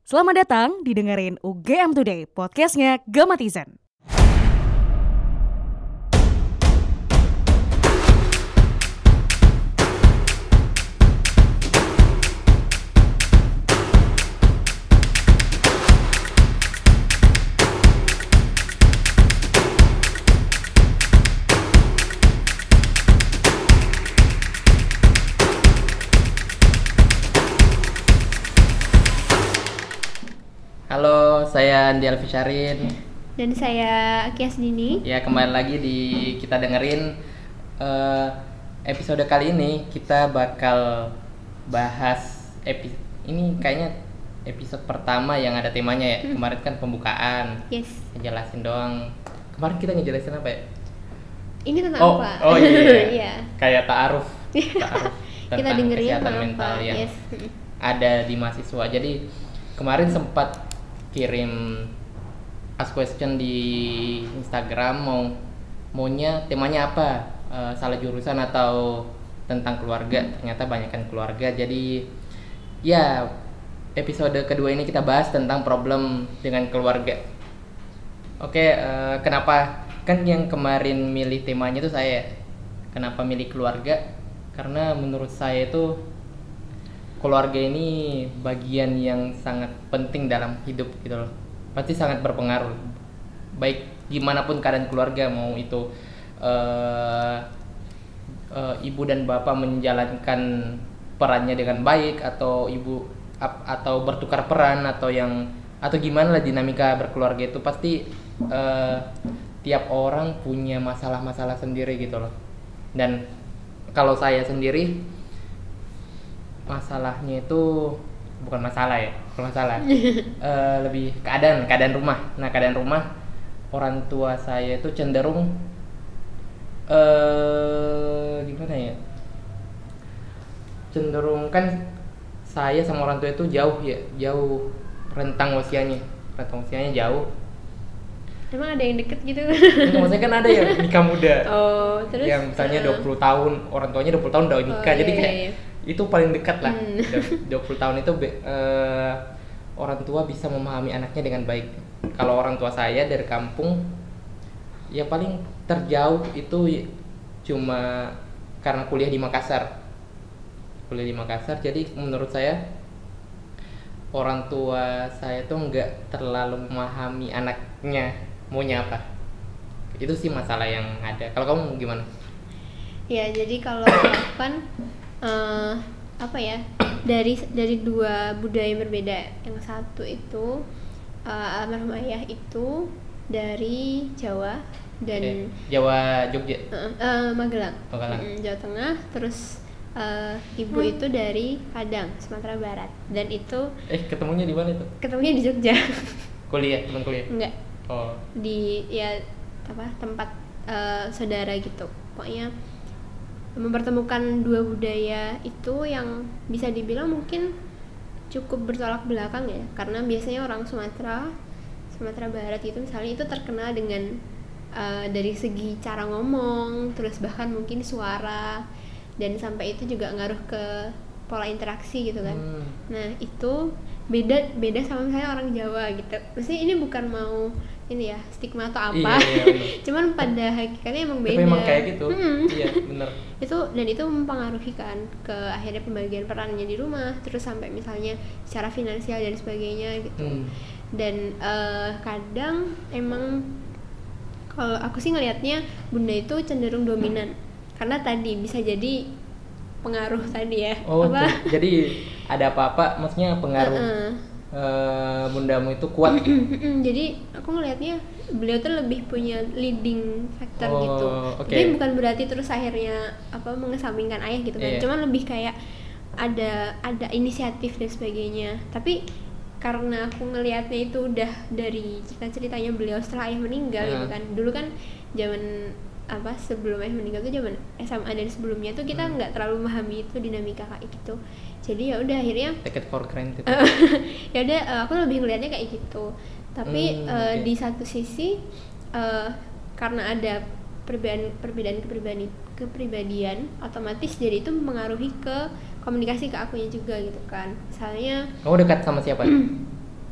Selamat datang didengerin UGM Today, podcastnya Gamatizen. Halo, saya Andi Alfisharin. Dan saya Kias Dini. Ya, kembali lagi di kita dengerin episode kali ini kita bakal bahas ini kayaknya episode pertama yang ada temanya ya. Kemarin kan pembukaan. Yes. Ngejelasin doang. Kemarin kita ngejelasin apa ya? Ini tentang apa? Oh iya. Iya. Kayak ta'aruf Kita tentang dengerin kesehatan apa? mental yang Yes. ada di mahasiswa. Jadi kemarin sempat kirim ask question di Instagram maunya temanya apa, salah jurusan atau tentang keluarga. Ternyata banyakkan keluarga. Jadi ya episode kedua ini kita bahas tentang problem dengan keluarga. Oke, kenapa kan yang kemarin milih temanya itu saya? Kenapa milih keluarga? Karena menurut saya itu keluarga ini bagian yang sangat penting dalam hidup gitu loh. Pasti sangat berpengaruh. Baik gimana pun keadaan keluarga, mau itu ibu dan bapak menjalankan perannya dengan baik atau atau bertukar peran atau gimana lah dinamika berkeluarga itu pasti tiap orang punya masalah-masalah sendiri gitu loh. Dan kalau saya sendiri masalahnya itu bukan masalah ya, kalau masalah lebih keadaan rumah. Nah, keadaan rumah orang tua saya itu cenderung gimana ya? Cenderung kan saya sama orang tua itu jauh rentang usianya jauh. Emang ada yang deket gitu? Enggak, maksudnya kan ada yang nikah muda. Oh, terus? Yang misalnya 20 tahun, orang tuanya 20 tahun udah nikah. Oh, jadi iya, kayak iya. itu paling dekat lah. 20 tahun itu orang tua bisa memahami anaknya dengan baik. Kalau orang tua saya dari kampung, ya paling terjauh itu cuma karena kuliah di Makassar. Jadi menurut saya orang tua saya tuh nggak terlalu memahami anaknya maunya apa. Itu sih masalah yang ada. Kalau kamu gimana? Ya, jadi kalau aku kan apa ya? Dari dua budaya yang berbeda. Yang satu itu almarhum ayah itu dari Jawa dan Jawa Jogja. Magelang. Magelang. Jawa Tengah. Terus ibu itu dari Padang, Sumatera Barat. Dan itu Ketemunya di mana itu? ketemunya di Jogja. Teman kuliah? Enggak, Oh. di tempat saudara gitu. Pokoknya mempertemukan dua budaya itu yang bisa dibilang mungkin cukup bertolak belakang ya, karena biasanya orang Sumatera Barat itu misalnya itu terkenal dengan dari segi cara ngomong, terus bahkan mungkin suara, dan sampai itu juga ngaruh ke pola interaksi gitu kan. Nah, itu beda sama misalnya orang Jawa gitu. Maksudnya ini bukan mau ini ya stigma atau apa. Iya, cuman pada hakikatnya emang beda. Tapi emang kayak gitu. Iya, bener. Itu mempengaruhi kan ke akhirnya pembagian perannya di rumah, terus sampai misalnya secara finansial dan sebagainya gitu. Dan kadang emang kalau aku sih ngelihatnya bunda itu cenderung dominan, karena tadi bisa jadi pengaruh tadi ya. Jadi ada apa-apa maksudnya pengaruh bundamu itu kuat. Jadi aku ngelihatnya beliau tuh lebih punya leading factor gitu. Okay. Jadi bukan berarti terus akhirnya mengesampingkan ayah gitu kan. Cuman lebih kayak ada inisiatif dan sebagainya. Tapi karena aku ngelihatnya itu udah dari cerita-ceritanya beliau setelah ayah meninggal gitu kan. Dulu kan zaman sebelum ayah meninggal tuh zaman SMA dan sebelumnya tuh kita nggak terlalu memahami itu dinamika kayak gitu. Jadi ya udah akhirnya take it for granted. Ya udah aku lebih ngelihatnya kayak gitu. Tapi di satu sisi karena ada perbedaan kepribadian otomatis jadi itu mempengaruhi ke komunikasi ke akunya juga gitu kan. Misalnya kamu dekat sama siapa?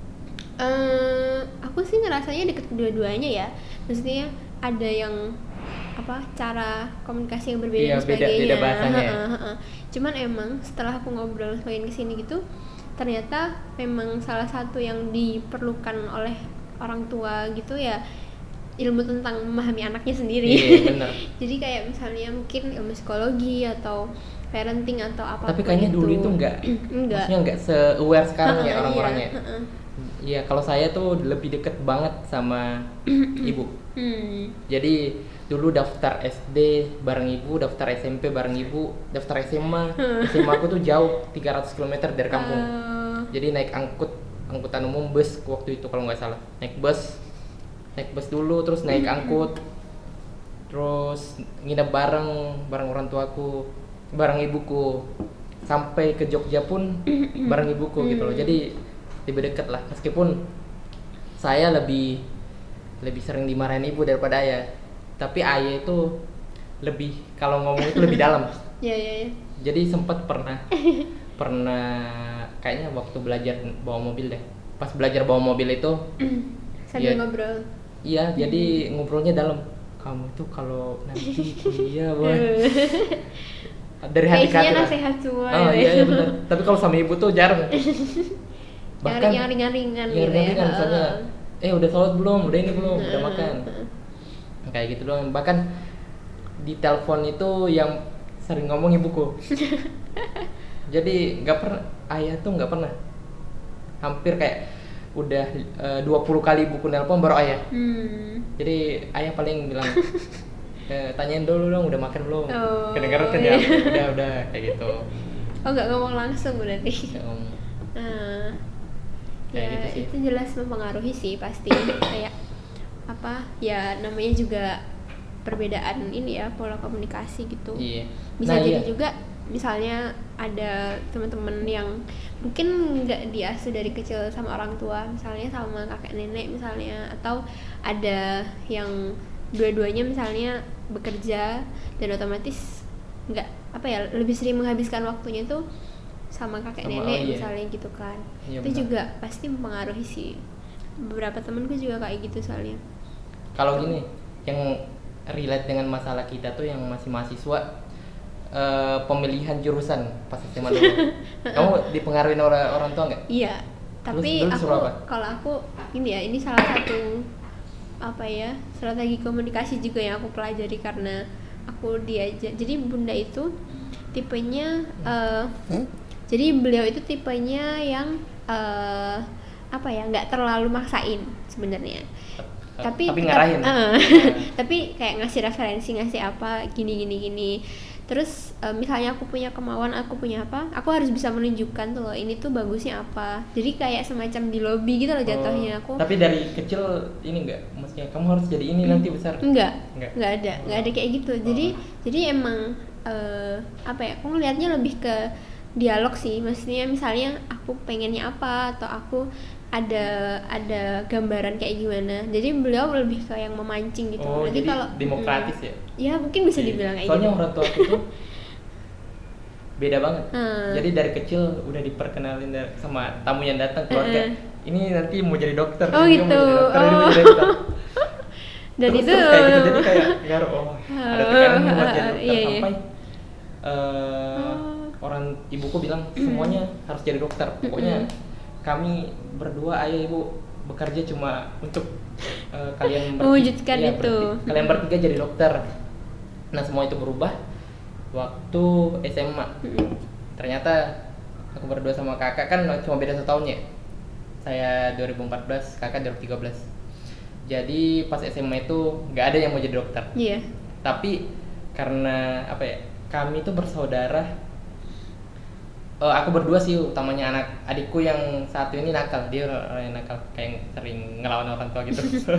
Aku sih ngerasanya deket dua-duanya ya. Maksudnya ada yang cara komunikasi yang berbeda Iya, dan sebagainya. beda bahasanya ya. Cuman emang setelah aku ngobrol semakin kesini gitu, ternyata memang salah satu yang diperlukan oleh orang tua gitu ya ilmu tentang memahami anaknya sendiri. Iya, benar. Jadi kayak misalnya mungkin ilmu psikologi atau parenting atau apapun. Tapi kayaknya dulu itu enggak. Maksudnya enggak se-aware sekarang ya orang-orangnya. Iya, kalau saya tuh lebih deket banget sama ibu. Jadi dulu daftar SD bareng ibu, daftar SMP bareng ibu, daftar SMA aku tuh jauh 300 km dari kampung. Jadi naik angkutan umum, bus waktu itu kalau nggak salah. Naik bus dulu, terus naik angkut, terus nginep bareng orang tuaku, bareng ibuku, sampai ke Jogja pun bareng ibuku gitu loh. Jadi lebih dekat lah, meskipun saya lebih sering dimarahin ibu daripada ayah, tapi ayah itu lebih, kalau ngomong itu lebih dalam. Iya. Jadi sempat pernah kayaknya waktu belajar bawa mobil deh, pas belajar bawa mobil itu sambil ngobrol. Iya, jadi ngobrolnya dalam. Kamu tuh kalau nanti kuliah, boy. Dari hati ke hati. Kayaknya nasihat semua. Oh iya benar. Tapi kalau sama ibu tuh jarang. Bahkan yang ringan-ringan gitu ya. Misalnya, udah sholat belum? Udah ini belum? Udah makan? Kayak gitu doang. Bahkan di telepon itu yang sering ngomong ibuku. Jadi ayah tuh nggak pernah. Hampir kayak udah 20 kali ibuku nelpon baru ayah. Jadi ayah paling bilang, tanyain dulu dong udah makan belum? Kedengeran kan ya? Udah kayak gitu. Oh nggak ngomong langsung berarti. Kayak gitu sih. Itu jelas mempengaruhi sih pasti. Kayak ya namanya juga perbedaan ini ya, pola komunikasi gitu. Iya. Bisa jadi juga misalnya ada teman-teman yang mungkin nggak diasuh dari kecil sama orang tua, misalnya sama kakek nenek misalnya, atau ada yang dua-duanya misalnya bekerja dan otomatis nggak lebih sering menghabiskan waktunya tuh sama kakek nenek misalnya gitu kan. Iya, itu juga pasti mempengaruhi sih. Beberapa temanku juga kayak gitu soalnya. Kalau gini, yang relate dengan masalah kita tuh yang masih mahasiswa, pemilihan jurusan pas SMA dulu. Kamu dipengaruhi oleh orang tua nggak? Iya, tapi kalau aku ini salah satu strategi komunikasi juga yang aku pelajari karena aku diajak. Jadi bunda itu tipenya jadi beliau itu tipenya yang nggak terlalu maksain sebenarnya. Tapi ngarahin. Tapi kayak ngasih referensi, ngasih apa gini. Terus misalnya aku punya kemauan, aku punya aku harus bisa menunjukkan tuh loh, ini tuh bagusnya apa. Jadi kayak semacam di lobby gitu loh jatuhnya aku. Tapi dari kecil ini enggak, maksudnya kamu harus jadi ini nanti besar. Enggak ada kayak gitu. Jadi emang aku ngelihatnya lebih ke dialog sih. Maksudnya misalnya aku pengennya apa atau aku ada gambaran kayak gimana. Jadi beliau lebih ke yang memancing gitu. Jadi kalau demokratis ya? Ya mungkin bisa dibilang kayak gitu. Soalnya orang tua aku tuh beda banget. Jadi dari kecil udah diperkenalin sama tamu yang datang keluarga. Ini nanti mau jadi dokter. Oh gitu. Mau jadi dokter. Dan terus itu kayak gitu, jadi kayak ngaruh ada tekanan buat jadi dokter sampai orang ibuku bilang semuanya harus jadi dokter. Pokoknya kami berdua ayah ibu bekerja cuma untuk kalian mewujudkan itu. Kalian bertiga jadi dokter. Nah semua itu berubah waktu SMA. Ternyata aku berdua sama kakak kan cuma beda 1 tahun ya. Saya 2014, kakak 2013. Jadi pas SMA itu nggak ada yang mau jadi dokter. Iya. Tapi karena kami itu bersaudara. Aku berdua sih utamanya, anak adikku yang satu ini nakal, dia orang yang nakal, kayak sering ngelawan orang tua gitu.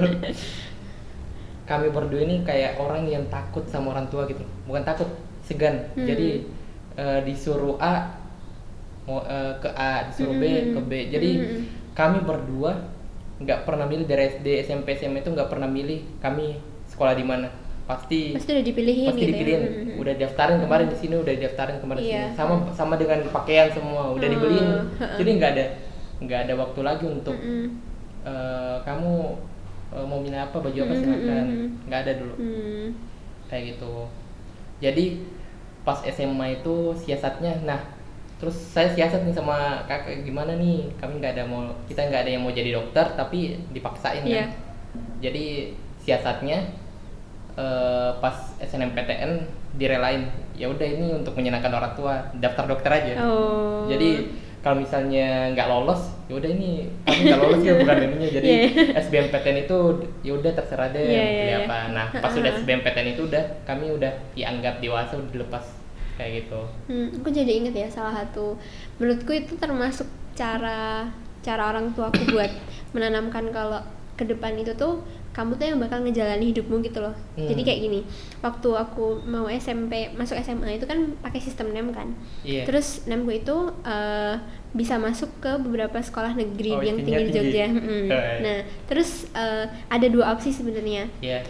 Kami berdua ini kayak orang yang takut sama orang tua gitu, bukan takut, segan. Jadi disuruh A ke A, disuruh B ke B. Jadi kami berdua nggak pernah milih dari SD, SMP, SMA itu nggak pernah milih kami sekolah di mana. Pasti udah dipilihin gitu ya? Udah daftarin kemarin di sini, udah daftarin kemarin di sini, sama dengan pakaian semua udah dibeliin. Jadi nggak ada waktu lagi untuk kamu mau milih apa, baju apa silakan. Nggak ada dulu kayak gitu. Jadi pas SMA itu siasatnya, nah terus saya siasat nih sama kakak, gimana nih, kita nggak ada yang mau jadi dokter tapi dipaksain kan. Jadi siasatnya pas SNMPTN direlain, ya udah ini untuk menyenangkan orang tua, daftar dokter aja. Jadi kalau misalnya nggak lolos, ya udah ini kami nggak lolos ya, bukan ininya. Jadi SBMPTN itu ya udah terserah deh pilih apa. Nah pas sudah SBMPTN itu kami udah dianggap dewasa, udah dilepas kayak gitu. Aku jadi inget ya, salah satu menurutku itu termasuk cara orang tuaku buat menanamkan kalau ke depan itu tuh kamu tuh yang bakal ngejalani hidupmu gitu loh. Jadi kayak gini, waktu aku mau SMP masuk SMA itu kan pakai sistem NEM kan. Terus NEMku itu bisa masuk ke beberapa sekolah negeri yang tinggi di Jogja. Nah terus ada 2 opsi sebenarnya.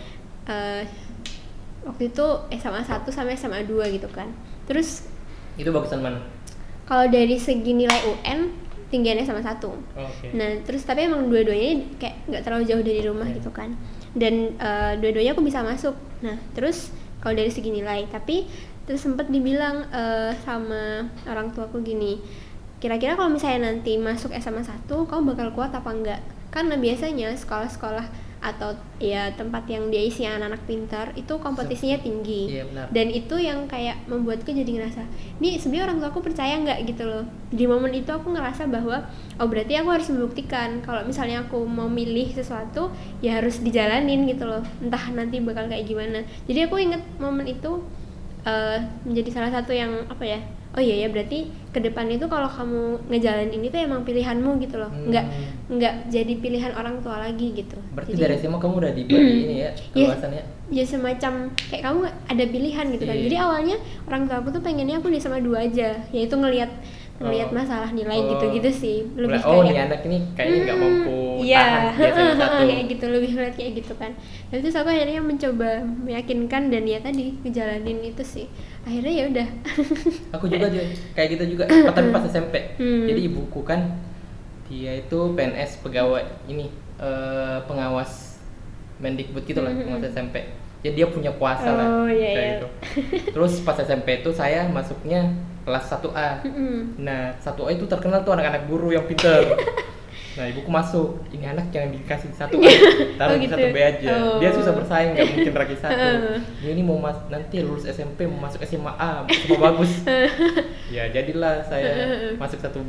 Waktu itu SMA 1 sampai SMA 2 gitu kan. Terus itu bagusan mana? Kalau dari segi nilai UN tinggiannya sama 1. Nah terus tapi emang dua-duanya kayak nggak terlalu jauh dari rumah gitu kan. Dan dua-duanya aku bisa masuk. Nah terus kalau dari segi nilai, tapi terus sempat dibilang sama orang tuaku gini, kira-kira kalau misalnya nanti masuk SMA 1 kamu bakal kuat apa enggak? Karena biasanya sekolah-sekolah atau ya tempat yang dia isi anak-anak pintar itu kompetisinya tinggi. Dan itu yang kayak membuatku jadi ngerasa, ini sebenarnya orang tua aku percaya nggak gitu loh. Di momen itu aku ngerasa bahwa oh berarti aku harus membuktikan kalau misalnya aku mau milih sesuatu ya harus dijalanin gitu loh, entah nanti bakal kayak gimana. Jadi aku inget momen itu menjadi salah satu yang apa ya, oh iya ya berarti ke depan itu kalau kamu ngejalanin ini tuh emang pilihanmu gitu loh, nggak jadi pilihan orang tua lagi gitu. Berarti jadi, dari SMA kamu udah diberi ini ya keluasannya? Ya semacam kayak kamu ada pilihan gitu kan. Jadi awalnya orang tua aku tuh pengennya aku di SMA 2 aja, yaitu ngelihat masalah nilai gitu-gitu sih. Lebih kayak nih anak ini kayaknya nggak mampu tahan biasanya satu. Kayak gitu, lebih ngeliat kayak gitu kan. Dan terus aku akhirnya mencoba meyakinkan dan ya tadi ngejalanin itu sih. Akhirnya ya udah. Aku juga kayak gitu juga, tapi pas SMP. Jadi ibuku kan dia itu PNS, pegawai ini pengawas Mendikbud gitu lah, pengawas SMP. Jadi dia punya kuasa lah kayak gitu. Terus pas SMP itu saya masuknya kelas 1A. Nah 1A itu terkenal tuh anak-anak guru yang pintar. Nah ibuku masuk, ini anak jangan dikasih 1A, taruh di 1B aja. Dia susah bersaing, nggak mungkin ranking 1. Ini mau nanti lulus SMP mau masuk SMA A, semua bagus. Ya jadilah saya masuk 1B.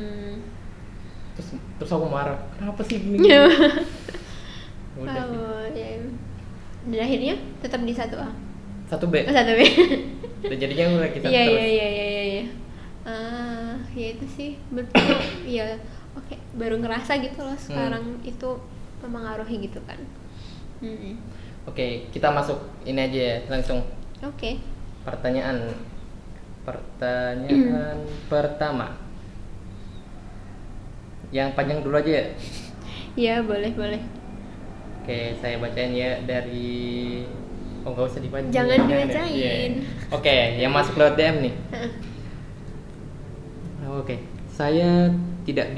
Terus aku marah, kenapa sih begini? Udah sih. Dan akhirnya tetap di 1A. 1B. 1B. Dan jadinya aku lagi terus. Iya. Ya itu sih betul. Ya oke, baru ngerasa gitu loh sekarang itu mempengaruhi gitu kan. Oke, kita masuk ini aja ya langsung. Oke. Pertanyaan pertama. Yang panjang dulu aja ya? Iya, boleh. Oke, saya bacain ya dari nggak usah dibacain. Jangan dibacain. Oke, yang masuk lewat DM nih. Oke. Saya tidak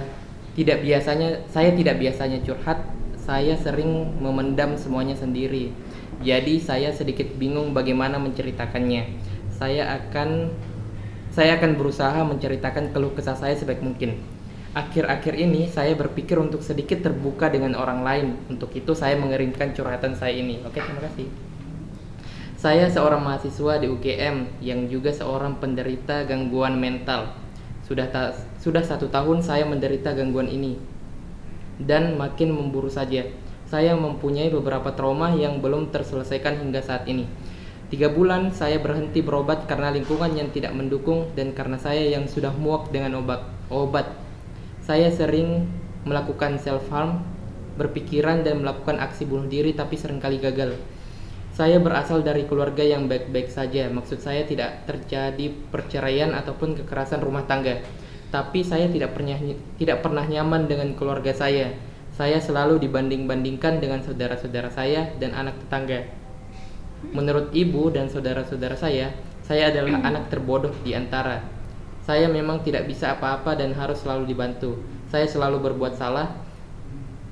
biasanya curhat. Saya sering memendam semuanya sendiri. Jadi saya sedikit bingung bagaimana menceritakannya. Saya akan berusaha menceritakan keluh kesah saya sebaik mungkin. Akhir-akhir ini saya berpikir untuk sedikit terbuka dengan orang lain. Untuk itu saya mengirimkan curhatan saya ini. Oke, terima kasih. Saya seorang mahasiswa di UGM yang juga seorang penderita gangguan mental. Sudah 1 tahun saya menderita gangguan ini dan makin memburu saja. Saya mempunyai beberapa trauma yang belum terselesaikan hingga saat ini. 3 bulan saya berhenti berobat karena lingkungan yang tidak mendukung dan karena saya yang sudah muak dengan obat. Saya sering melakukan self-harm, berpikiran dan melakukan aksi bunuh diri tapi seringkali gagal. Saya berasal dari keluarga yang baik-baik saja. Maksud saya tidak terjadi perceraian ataupun kekerasan rumah tangga. Tapi saya tidak pernah nyaman dengan keluarga saya. Saya selalu dibanding-bandingkan dengan saudara-saudara saya dan anak tetangga. Menurut ibu dan saudara-saudara saya adalah anak terbodoh di antara. Saya memang tidak bisa apa-apa dan harus selalu dibantu. Saya selalu berbuat salah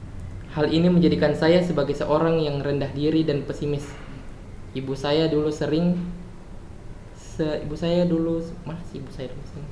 Hal ini menjadikan saya sebagai seorang yang rendah diri dan pesimis. Ibu saya dulu sering ibu saya dulu sering.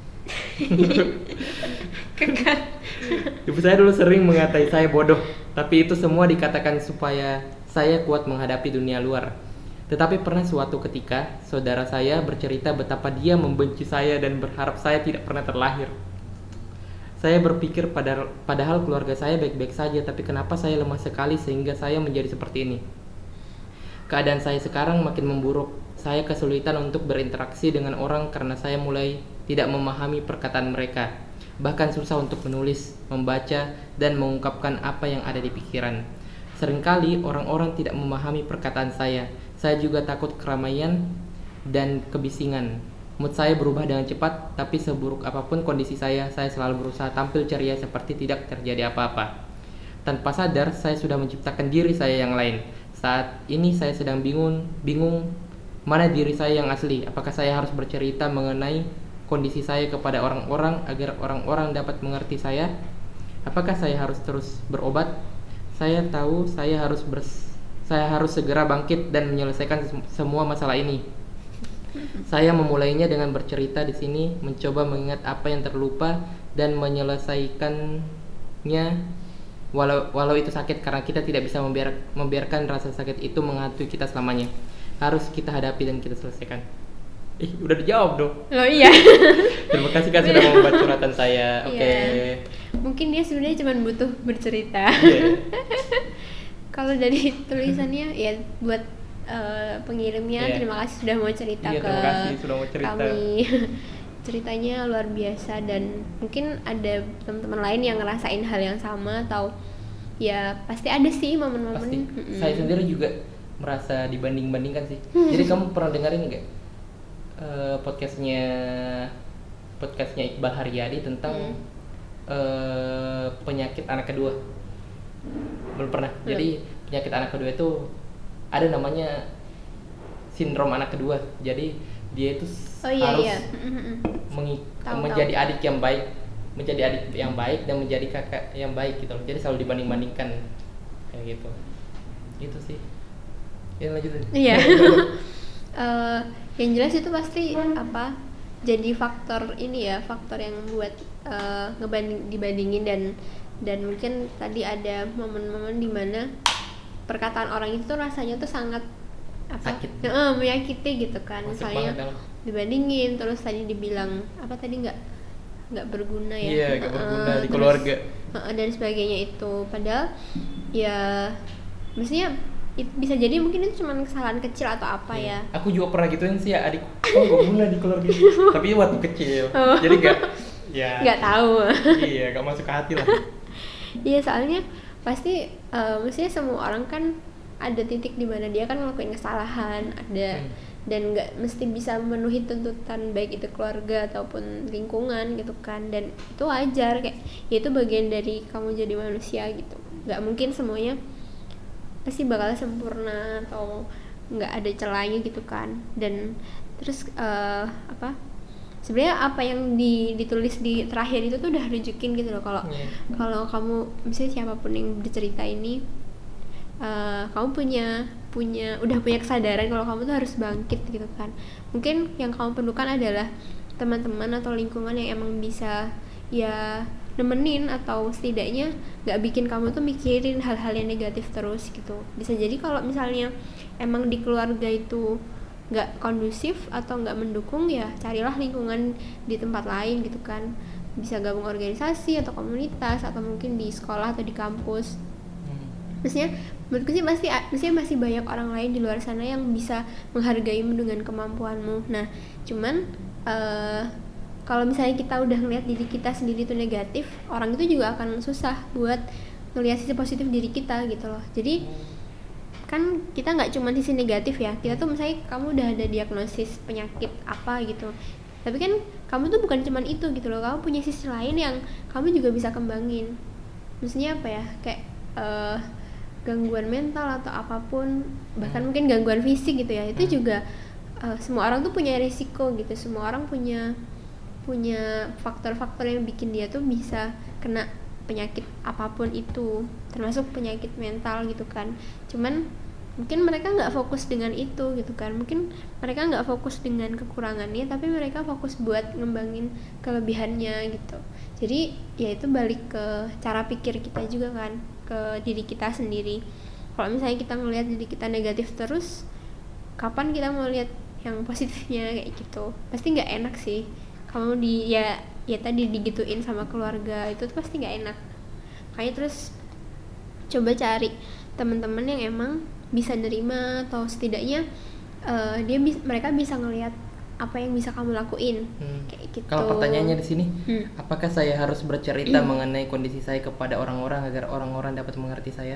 Ibu saya dulu sering mengatai saya bodoh, tapi itu semua dikatakan supaya saya kuat menghadapi dunia luar. Tetapi pernah suatu ketika, saudara saya bercerita betapa dia membenci saya dan berharap saya tidak pernah terlahir. Saya berpikir padahal keluarga saya baik-baik saja, tapi kenapa saya lemah sekali sehingga saya menjadi seperti ini? Keadaan saya sekarang makin memburuk. Saya kesulitan untuk berinteraksi dengan orang karena saya mulai tidak memahami perkataan mereka. Bahkan susah untuk menulis, membaca, dan mengungkapkan apa yang ada di pikiran. Seringkali orang-orang tidak memahami perkataan saya. Saya juga takut keramaian dan kebisingan. Mood saya berubah dengan cepat, tapi seburuk apapun kondisi saya selalu berusaha tampil ceria seperti tidak terjadi apa-apa. Tanpa sadar, saya sudah menciptakan diri saya yang lain. Saat ini saya sedang bingung mana diri saya yang asli. Apakah saya harus bercerita mengenai kondisi saya kepada orang-orang agar orang-orang dapat mengerti saya? Apakah saya harus terus berobat? Saya tahu saya harus segera bangkit dan menyelesaikan semua masalah ini. Saya memulainya dengan bercerita di sini, mencoba mengingat apa yang terlupa dan menyelesaikannya walau itu sakit, karena kita tidak bisa membiarkan rasa sakit itu menghantui kita selamanya. Harus kita hadapi dan kita selesaikan. Udah dijawab dong. Oh iya. Terima kasih Kak sudah membuat curhatan saya. Oke. Yeah. Mungkin dia sebenarnya cuma butuh bercerita. Yeah. Kalau dari tulisannya ya buat pengirimnya, terima kasih sudah mau cerita ke kami. Ceritanya luar biasa dan mungkin ada teman-teman lain yang ngerasain hal yang sama, atau ya pasti ada sih momen-momen. Saya sendiri juga merasa dibanding-bandingkan sih. Jadi kamu pernah dengerin nggak podcastnya Iqbal Haryadi tentang penyakit anak kedua? Belum pernah. Jadi penyakit anak kedua itu ada namanya sindrom anak kedua. Jadi dia itu harus menjadi adik yang baik, dan menjadi kakak yang baik gitu loh. Jadi selalu dibanding-bandingkan kayak gitu. Gitu sih. Ya lanjutin. Iya. Yang jelas itu pasti jadi faktor yang buat dibandingin dan mungkin tadi ada momen-momen dimana perkataan orang itu rasanya tuh sangat sakit, menyakiti gitu kan. Misalnya dibandingin, terus tadi dibilang nggak berguna ya. Iya, nggak berguna di keluarga dan sebagainya itu. Padahal ya mestinya bisa jadi mungkin itu cuma kesalahan kecil atau apa ya. Aku juga pernah gituin sih ya adik, nggak guna di keluarga. Tapi waktu kecil, jadi nggak tahu. Iya, nggak masuk ke hati lah. Iya, soalnya pasti mestinya semua orang kan ada titik di mana dia kan ngelakuin kesalahan, dan nggak mesti bisa memenuhi tuntutan baik itu keluarga ataupun lingkungan gitu kan. Dan itu wajar, kayak ya itu bagian dari kamu jadi manusia gitu. Nggak mungkin semuanya pasti bakal sempurna atau nggak ada celahnya gitu kan. Dan terus sebenarnya apa yang ditulis di terakhir itu tuh udah nunjukin gitu loh kalau kamu misalnya siapapun yang bercerita ini, kamu udah punya kesadaran kalau kamu tuh harus bangkit gitu kan. Mungkin yang kamu perlukan adalah teman-teman atau lingkungan yang emang bisa ya nemenin, atau setidaknya nggak bikin kamu tuh mikirin hal-hal yang negatif terus gitu. Bisa jadi kalau misalnya emang di keluarga itu nggak kondusif atau nggak mendukung, ya carilah lingkungan di tempat lain gitu kan. Bisa gabung organisasi atau komunitas, atau mungkin di sekolah atau di kampus. Maksudnya menurutku sih masih banyak orang lain di luar sana yang bisa menghargaimu dengan kemampuanmu. Nah cuman kalau misalnya kita udah ngelihat diri kita sendiri itu negatif, orang itu juga akan susah buat ngelihat sisi positif diri kita gitu loh. Jadi kan kita nggak cuma sisi negatif ya, kita tuh misalnya kamu udah ada diagnosis penyakit apa gitu, tapi kan kamu tuh bukan cuma itu gitu loh, kamu punya sisi lain yang kamu juga bisa kembangin. Maksudnya apa ya, kayak gangguan mental atau apapun, bahkan mungkin gangguan fisik gitu ya, itu juga semua orang tuh punya risiko gitu. Semua orang punya faktor-faktor yang bikin dia tuh bisa kena penyakit apapun itu, termasuk penyakit mental gitu kan. Cuman mungkin mereka nggak fokus dengan itu gitu kan, mungkin mereka nggak fokus dengan kekurangannya, tapi mereka fokus buat ngembangin kelebihannya gitu. Jadi ya itu balik ke cara pikir kita juga kan, ke diri kita sendiri. Kalau misalnya kita ngelihat diri kita negatif terus, kapan kita mau lihat yang positifnya kayak gitu? Pasti nggak enak sih. Kamu ya tadi digituin sama keluarga, itu tuh pasti nggak enak. Makanya terus coba cari teman-teman yang emang bisa nerima, atau setidaknya mereka bisa ngelihat apa yang bisa kamu lakuin, kayak gitu. Kalau pertanyaannya di sini, apakah saya harus bercerita mengenai kondisi saya kepada orang-orang agar orang-orang dapat mengerti saya?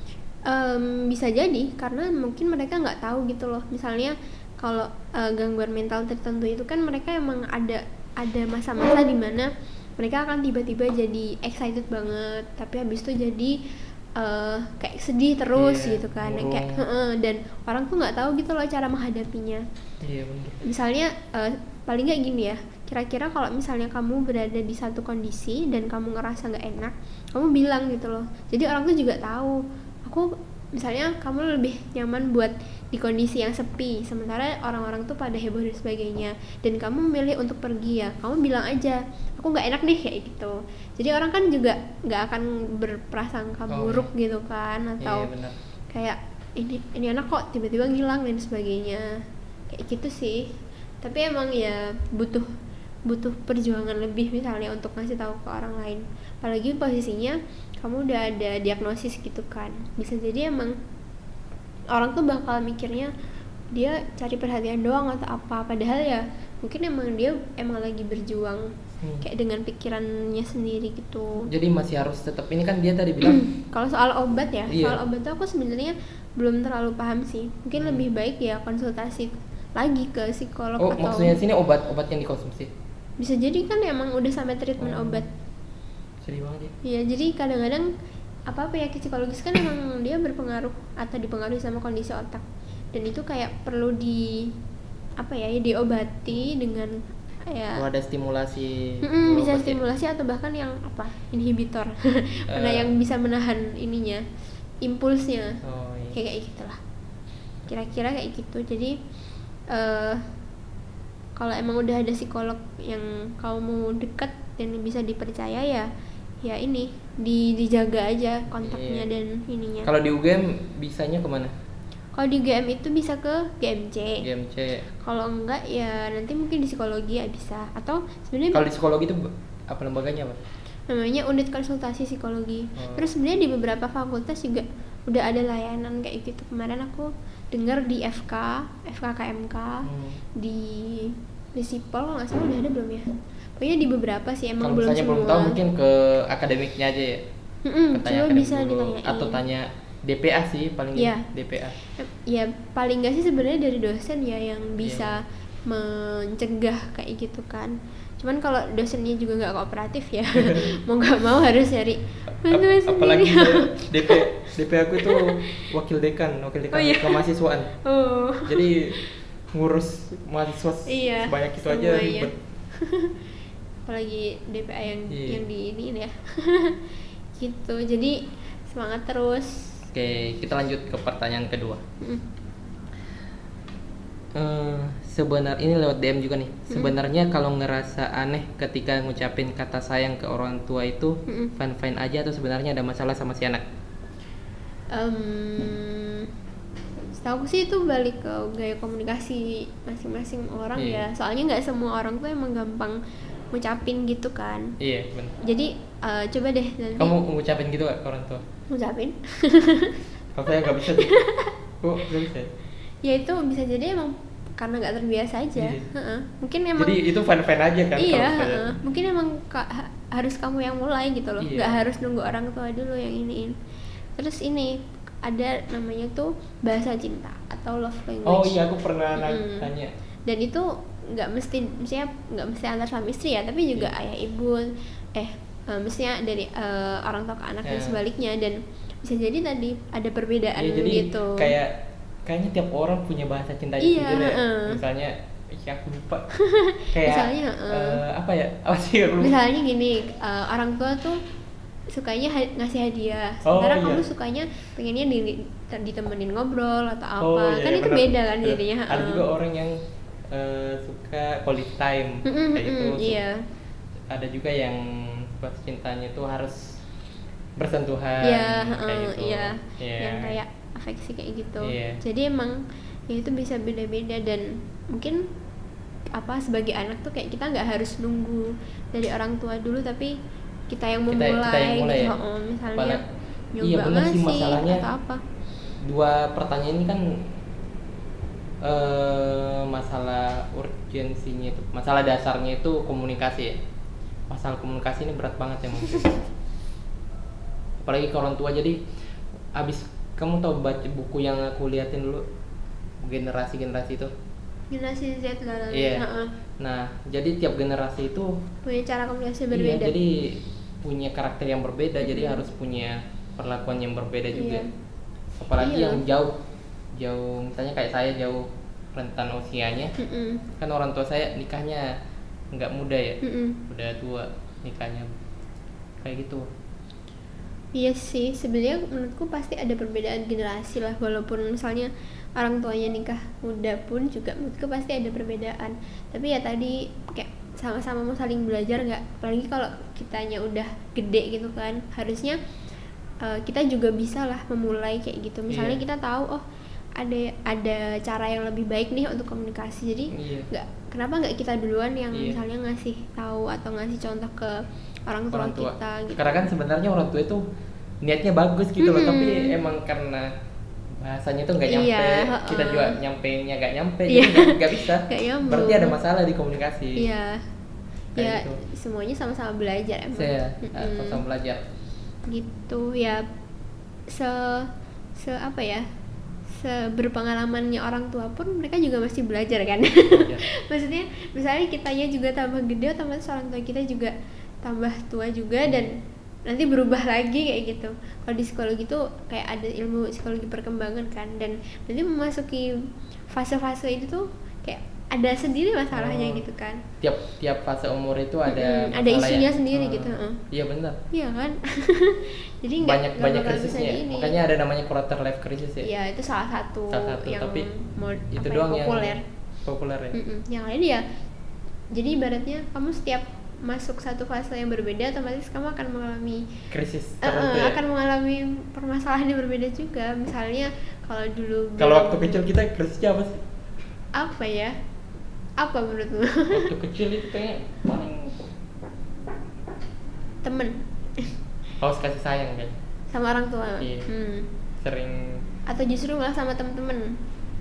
Bisa jadi, karena mungkin mereka nggak tahu gitu loh. Misalnya kalau gangguan mental tertentu itu kan mereka emang ada masa-masa dimana mereka akan tiba-tiba jadi excited banget, tapi habis itu jadi kayak sedih terus gitu kan, kayak dan orang tuh nggak tahu gitu loh cara menghadapinya. Bener. Misalnya paling nggak gini ya, kira-kira kalau misalnya kamu berada di satu kondisi dan kamu ngerasa nggak enak, kamu bilang gitu loh, jadi orang tuh juga tahu. Misalnya kamu lebih nyaman buat di kondisi yang sepi, sementara orang-orang tuh pada heboh dan sebagainya, dan kamu memilih untuk pergi, ya kamu bilang aja, aku nggak enak deh, kayak gitu. Jadi orang kan juga nggak akan berprasangka buruk gitu kan, atau kayak ini anak kok tiba-tiba ngilang dan sebagainya, kayak gitu sih. Tapi emang ya butuh perjuangan lebih misalnya untuk ngasih tahu ke orang lain, apalagi posisinya kamu udah ada diagnosis gitu kan. Bisa jadi emang orang tuh bakal mikirnya dia cari perhatian doang atau apa, padahal ya mungkin emang dia lagi berjuang kayak dengan pikirannya sendiri gitu. Jadi masih harus tetap, ini kan dia tadi bilang kalau soal obat ya, soal obat tuh aku sebenarnya belum terlalu paham sih. Mungkin lebih baik ya konsultasi lagi ke psikolog. Atau maksudnya sini obat yang dikonsumsi? Bisa jadi kan emang udah sampai treatment obat. Sedih banget ya. Iya, jadi kadang-kadang penyakit psikologis kan emang dia berpengaruh atau dipengaruhi sama kondisi otak, dan itu kayak perlu diobati dengan kalau ada stimulasi bisa stimulasi atau bahkan yang inhibitor yang bisa menahan impulsnya. Kayak gitulah kira-kira kayak gitu. Jadi kalau emang udah ada psikolog yang kamu dekat dan bisa dipercaya, ya ini dijaga aja kontaknya dan ininya. Kalau di UGM bisanya kemana? Kalau di UGM itu bisa ke GMC. Kalau enggak ya nanti mungkin di psikologi ya bisa. Atau sebenarnya kalau di psikologi itu apa lembaganya apa? Namanya unit konsultasi psikologi. Terus sebenarnya di beberapa fakultas juga udah ada layanan kayak gitu. Kemarin aku dengar di FKKMK, di Sipol kalau nggak salah udah ada belum ya? Pokoknya di beberapa sih, emang belum semua. Kalau belum tahu mungkin ke akademiknya aja ya. Coba bisa ditanyain. Atau tanya DPA sih paling DPA. Ya paling nggak sih sebenarnya dari dosen ya yang bisa mencegah kayak gitu kan. Cuman kalau dosennya juga nggak kooperatif ya, mau nggak mau harus cari bantuan sendiri. Apalagi DP aku itu wakil dekan kemahasiswaan. Jadi ngurus mahasiswa sebanyak itu aja ribet. Apalagi DPA yang di ini ya. Gitu. Jadi semangat terus. Oke, kita lanjut ke pertanyaan kedua. Sebenarnya ini lewat DM juga nih. Sebenarnya kalau ngerasa aneh ketika ngucapin kata sayang ke orang tua itu fine aja, atau sebenarnya ada masalah sama si anak? Setahu aku sih itu balik ke gaya komunikasi masing-masing orang ya. Soalnya nggak semua orang tuh emang gampang ngucapin gitu kan. Iya benar. Jadi coba deh nanti. Kamu ngucapin gitu gak ke orang tua? Ngucapin? Kalau saya nggak bisa. Kok nggak bisa? Ya itu bisa jadi emang karena nggak terbiasa aja. Mungkin emang. Jadi itu fine aja kan? Iya. Mungkin emang harus kamu yang mulai gitu loh. Nggak harus nunggu orang tua dulu yang iniin. Terus ini ada namanya tuh bahasa cinta atau love language. Oh iya, aku pernah tanya. Dan itu nggak mesti antar suami istri ya, tapi juga ayah ibu, mestinya dari orang tua ke anak dan sebaliknya, dan bisa jadi tadi ada perbedaan jadi gitu. Kayaknya tiap orang punya bahasa cinta gitu deh. Misalnya, aku lupa. Kayak misalnya apa sih aku lupa. Misalnya gini, orang tua tuh sukanya ngasih hadiah, Oh, sementara iya. kamu sukanya pengennya ditemenin ngobrol atau apa. Oh, iya, Kan itu benar. beda kan Benar. jadinya. Ada juga orang yang suka quality time kayak gitu. Iya. Ada juga yang buat cintanya itu harus bersentuhan Iya, kayak gitu. iya. Iya. Yang kayak afeksi kayak gitu. Iya. Jadi emang ya itu bisa beda-beda, dan mungkin apa sebagai anak tuh kayak kita nggak harus nunggu dari orang tua dulu, tapi kita yang Kita memulai, yang mulai gitu. ya. Misalnya nyoba Iya, benar sih, ngasih masalahnya atau apa. Dua pertanyaan ini kan masalah urgensinya itu, masalah dasarnya itu komunikasi ya. Masalah komunikasi ini berat banget ya mungkin. Apalagi ke orang tua. Jadi abis kamu tahu baca buku yang aku liatin dulu, generasi itu. Generasi Z lah. Iya. Nah, jadi tiap generasi itu Punya cara komunikasi iya, berbeda. jadi punya karakter yang berbeda, jadi harus punya perlakuan yang berbeda juga. Iya. Apalagi Iya. yang jauh, misalnya kayak saya jauh rentan usianya, kan orang tua saya nikahnya nggak muda ya, udah tua nikahnya, kayak gitu. Iya sih, sebenarnya menurutku pasti ada perbedaan generasi lah, walaupun misalnya orang tuanya nikah muda pun juga menurutku pasti ada perbedaan. Tapi ya tadi kayak sama-sama mau saling belajar nggak, apalagi kalau kitanya udah gede gitu kan, harusnya kita juga bisa lah memulai kayak gitu. Misalnya Iya. kita tahu ada cara yang lebih baik nih untuk komunikasi, jadi Iya. kenapa nggak kita duluan yang Iya. misalnya ngasih tahu atau ngasih contoh ke orang tua kita gitu. Karena kan sebenarnya orang tua itu niatnya bagus gitu loh, tapi emang karena bahasanya tuh nggak nyampe, Iya, kita juga nyampeinnya nggak nyampe, Iya. jadi nggak bisa. Nggak nyambung. Berarti ada masalah di komunikasi. Iya. Kayak Ya gitu. semuanya sama-sama belajar emang. Saya sama belajar. Gitu ya, se apa ya, berpengalamannya orang tua pun mereka juga masih belajar kan. Belajar. Maksudnya misalnya kitanya juga tambah gede, otomatis orang tua kita juga tambah tua juga, dan nanti berubah lagi kayak gitu. Kalau di psikologi tuh kayak ada ilmu psikologi perkembangan kan, dan nanti memasuki fase-fase itu tuh kayak ada sendiri masalahnya gitu kan. Tiap fase umur itu ada Ada masalah isunya ya. sendiri gitu. Iya benar. Iya kan. Jadi Banyak bakal bisa krisisnya. di ini. Makanya ada namanya quarter life crisis ya. Iya, itu salah satu yang tapi itu apa ya, doang populer. yang populer ya. Yang lain ya, jadi ibaratnya kamu setiap masuk satu fase yang berbeda, otomatis kamu akan mengalami Krisis tertentu ya. akan mengalami permasalahan yang berbeda juga. Misalnya kalau dulu Kalau waktu kecil kita krisisnya apa sih? apa ya? Apa menurutmu? Waktu kecil itu kayak paling Temen haus kasih sayang kan. sama orang tua. Iya. Sering Atau justru malah sama temen-temen.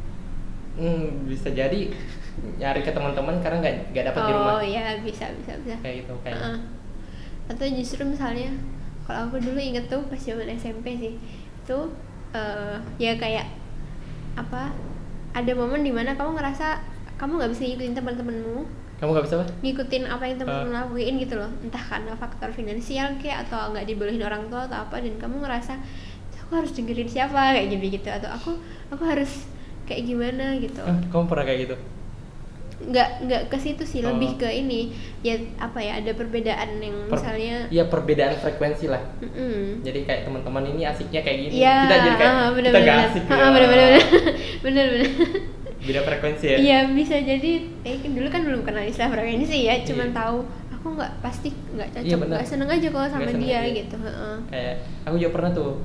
bisa jadi nyari ke teman-teman karena nggak dapat di rumah. Oh iya, bisa. Kayak gitu kayak. Atau justru misalnya kalau aku dulu inget tuh pas zaman SMP sih, itu ya kayak apa, ada momen dimana kamu ngerasa kamu nggak bisa ngikutin teman-temanmu, Kamu nggak bisa apa? ngikutin apa yang teman-teman lakuin gitu loh, entah karena faktor finansial kayak atau nggak dibolehin orang tua atau apa, dan kamu ngerasa aku harus dengerin siapa kayak gitu atau aku harus kayak gimana gitu. Kamu pernah kayak gitu? Nggak ke situ sih, lebih ke ini ya, apa ya, ada perbedaan yang misalnya Iya, perbedaan frekuensi lah. Jadi kayak teman-teman ini asiknya kayak gini, ya, kita jadi kayak kita gak asik ya. bener Beda frekuensi ya. Iya, bisa jadi dulu kan belum kenal istilah frekuensi ya, cuman tahu aku pasti nggak cocok, nggak seneng aja kalau sama dia gitu. Kayak aku juga pernah tuh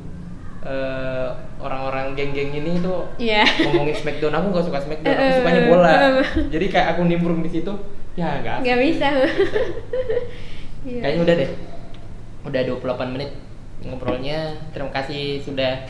orang-orang geng-geng ini tuh ngomongin Smackdown, aku nggak suka Smackdown, aku sukanya bola. Jadi kayak aku nimbrung di situ, ya nggak bisa. Kayaknya udah deh, udah 28 menit ngobrolnya. Terima kasih sudah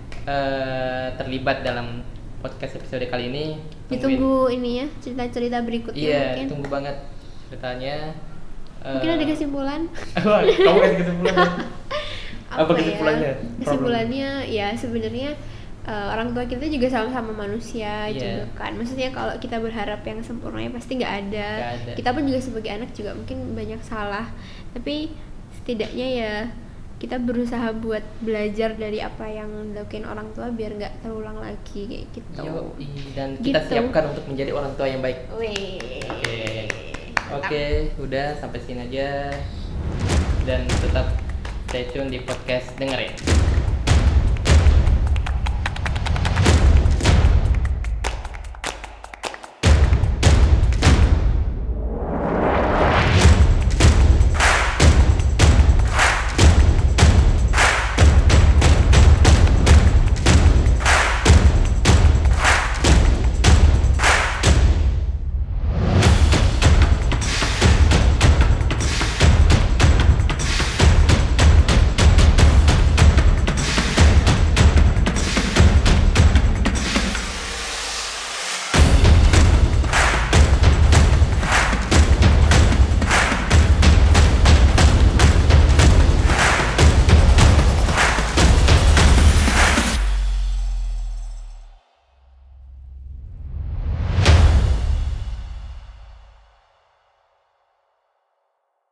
terlibat dalam podcast episode kali ini. Ditunggu ini ya, cerita-cerita berikutnya. Iya, mungkin tunggu banget ceritanya. Mungkin ada kesimpulan. Kamu kasih kesimpulan deh. Apa kesimpulannya? Ya? Kesimpulannya ya sebenarnya orang tua kita juga sama-sama manusia juga kan. Maksudnya kalau kita berharap yang sempurna ya pasti nggak ada. Kita pun juga sebagai anak juga mungkin banyak salah. Tapi setidaknya ya kita berusaha buat belajar dari apa yang dilakuin orang tua biar nggak terulang lagi kayak gitu. Dan kita siapkan untuk menjadi orang tua yang baik. Oke, udah sampai sini aja. Dan tetap Stay tune di podcast dengerin.